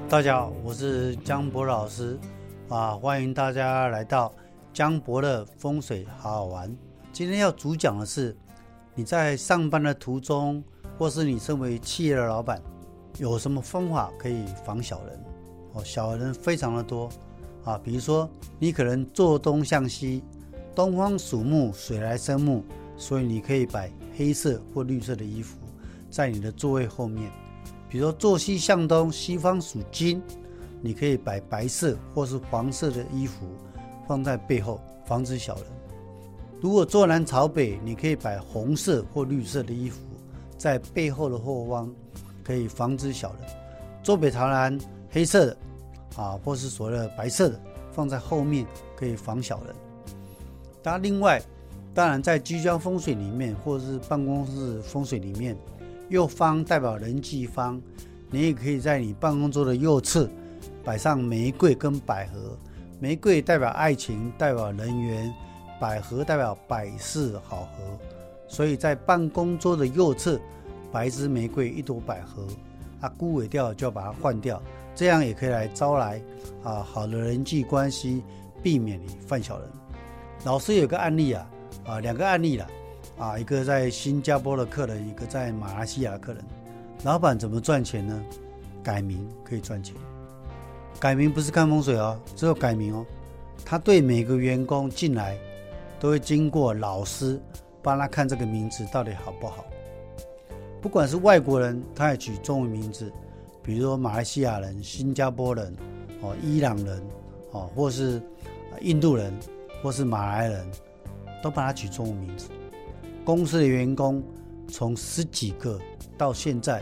大家好，我是江博老师欢迎大家来到江博的风水好好玩。今天要主讲的是，你在上班的途中，或是你身为企业的老板，有什么方法可以防小人？小人非常的多比如说你可能坐东向西，东方属木，水来生木，所以你可以摆黑色或绿色的衣服在你的座位后面。比如说坐西向东，西方属金，你可以摆白色或是黄色的衣服放在背后，防止小人。如果坐南朝北，你可以摆红色或绿色的衣服在背后的后方，可以防止小人。坐北朝南，黑色的或是所谓的白色的放在后面，可以防小人。另外，当然在居家风水里面，或者是办公室风水里面，右方代表人际方，你也可以在你办公桌的右侧摆上玫瑰跟百合。玫瑰代表爱情，代表人缘，百合代表百事好合，所以在办公桌的右侧摆一支玫瑰，一朵百合枯萎掉就要把它换掉，这样也可以来招来好的人际关系，避免你犯小人。老师有个案例两个案例一个在新加坡的客人，一个在马来西亚的客人。老板怎么赚钱呢？改名可以赚钱。改名不是看风水只有改名他对每个员工进来都会经过老师帮他看这个名字到底好不好。不管是外国人，他也取中文名字，比如说马来西亚人、新加坡人、伊朗人或是印度人，或是马来人，都帮他取中文名字。公司的员工从10几个到现在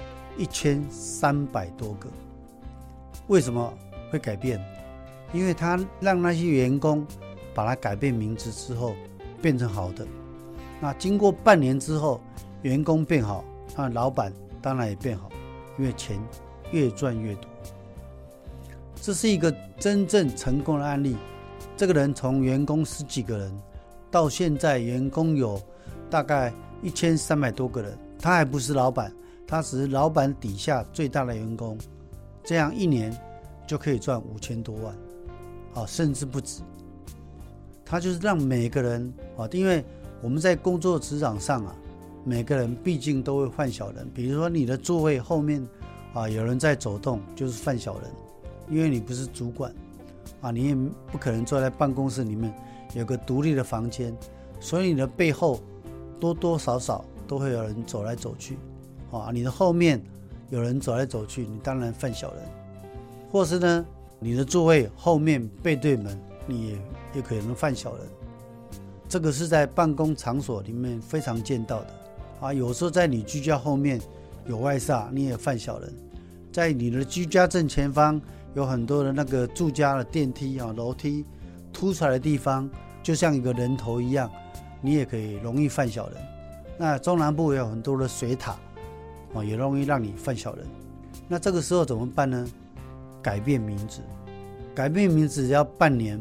1300多个。为什么会改变？因为他让那些员工把它改变名字之后变成好的。那经过半年之后，员工变好，那老板当然也变好，因为钱越赚越多。这是一个真正成功的案例。这个人从员工10几个人到现在员工有大概1300多个人，他还不是老板，他只是老板底下最大的员工，这样一年就可以赚5000多万甚至不止。他就是让每个人因为我们在工作职场上每个人毕竟都会犯小人。比如说你的座位后面有人在走动，就是犯小人，因为你不是主管你也不可能坐在办公室里面有个独立的房间，所以你的背后多多少少都会有人走来走去你的后面有人走来走去，你当然犯小人。或是呢，你的座位后面背对门，你也可能犯小人。这个是在办公场所里面非常见到的有时候在你居家后面有外煞，你也犯小人。在你的居家正前方有很多的那个住家的电梯楼梯凸出来的地方，就像一个人头一样，你也可以容易犯小人。那中南部也有很多的水塔也容易让你犯小人。那这个时候怎么办呢？改变名字。改变名字只要半年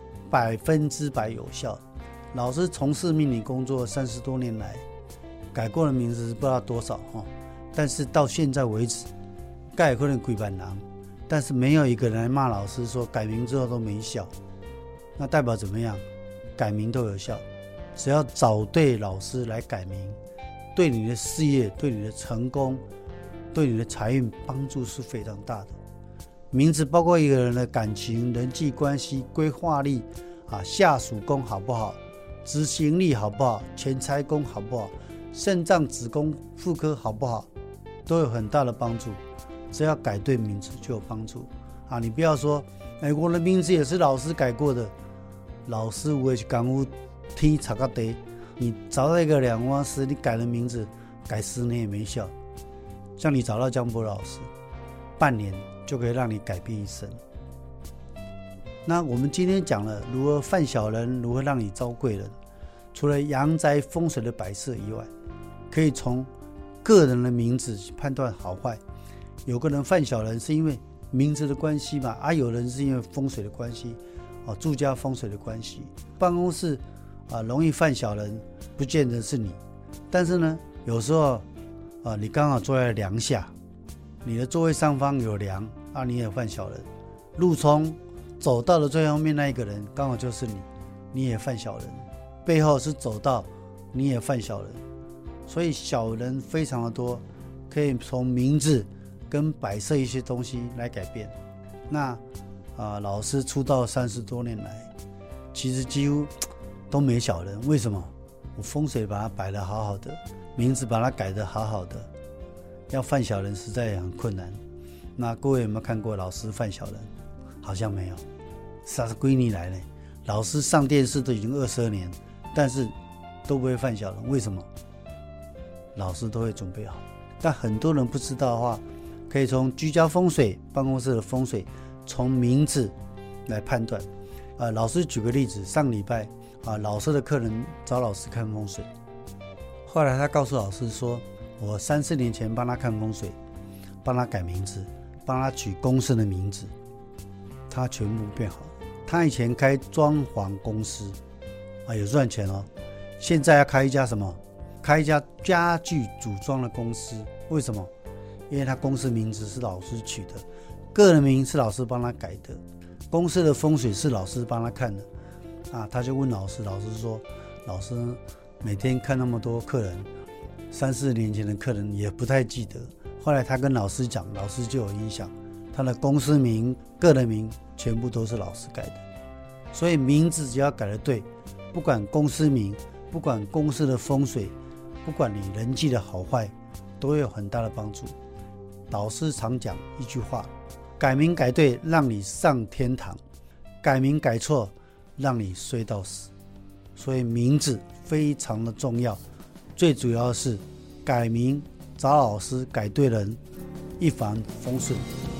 ，100%有效。老师从事命理工作30多年来，改过的名字是不知道多少但是到现在为止改可能几万人，但是没有一个人来骂老师说改名之后都没效。那代表怎么样？改名都有效。只要找对老师来改名，对你的事业、对你的成功、对你的财运帮助是非常大的。名字包括一个人的感情、人际关系、规划力下属宫好不好，执行力好不好，钱财宫好不好，肾脏、子宫、妇科好不好，都有很大的帮助。只要改对名字就有帮助你不要说我的名字也是老师改过的，老师我也是感悟天差个地，你找到一个两光师，你改了名字改10年也没效。像你找到江波老师，半年就可以让你改变一生。那我们今天讲了如何犯小人，如何让你招贵人。除了阳宅风水的摆设以外，可以从个人的名字判断好坏。有个人犯小人是因为名字的关系嘛，有人是因为风水的关系住家风水的关系。办公室容易犯小人不见得是你，但是呢有时候你刚好坐在梁下，你的座位上方有梁啊，你也犯小人。路冲走到了最后面那一个人，刚好就是你，你也犯小人。背后是走道，你也犯小人。所以小人非常的多，可以从名字跟摆设一些东西来改变。那老师出道30多年来，其实几乎都没小人。为什么？我风水把它摆得好好的，名字把它改得好好的，要犯小人实在很困难。那各位有没有看过老师犯小人？好像没有。啥是归你来呢？老师上电视都已经22年，但是都不会犯小人。为什么？老师都会准备好。但很多人不知道的话，可以从居家风水、办公室的风水，从名字来判断。老师举个例子，上礼拜老师的客人找老师看风水，后来他告诉老师说，我3-4年前帮他看风水，帮他改名字，帮他取公司的名字，他全部变好。他以前开装潢公司有赚钱哦，现在要开一家什么？开一家家具组装的公司。为什么？因为他公司名字是老师取的，个人名是老师帮他改的，公司的风水是老师帮他看的他就问老师，老师说，老师每天看那么多客人，3-4年前的客人也不太记得。后来他跟老师讲，老师就有影响，他的公司名、个人名全部都是老师改的。所以名字只要改得对，不管公司名，不管公司的风水，不管你人际的好坏，都会有很大的帮助。老师常讲一句话，改名改对让你上天堂，改名改错让你衰到死。所以名字非常的重要，最主要是改名找老师改对人，一帆风顺。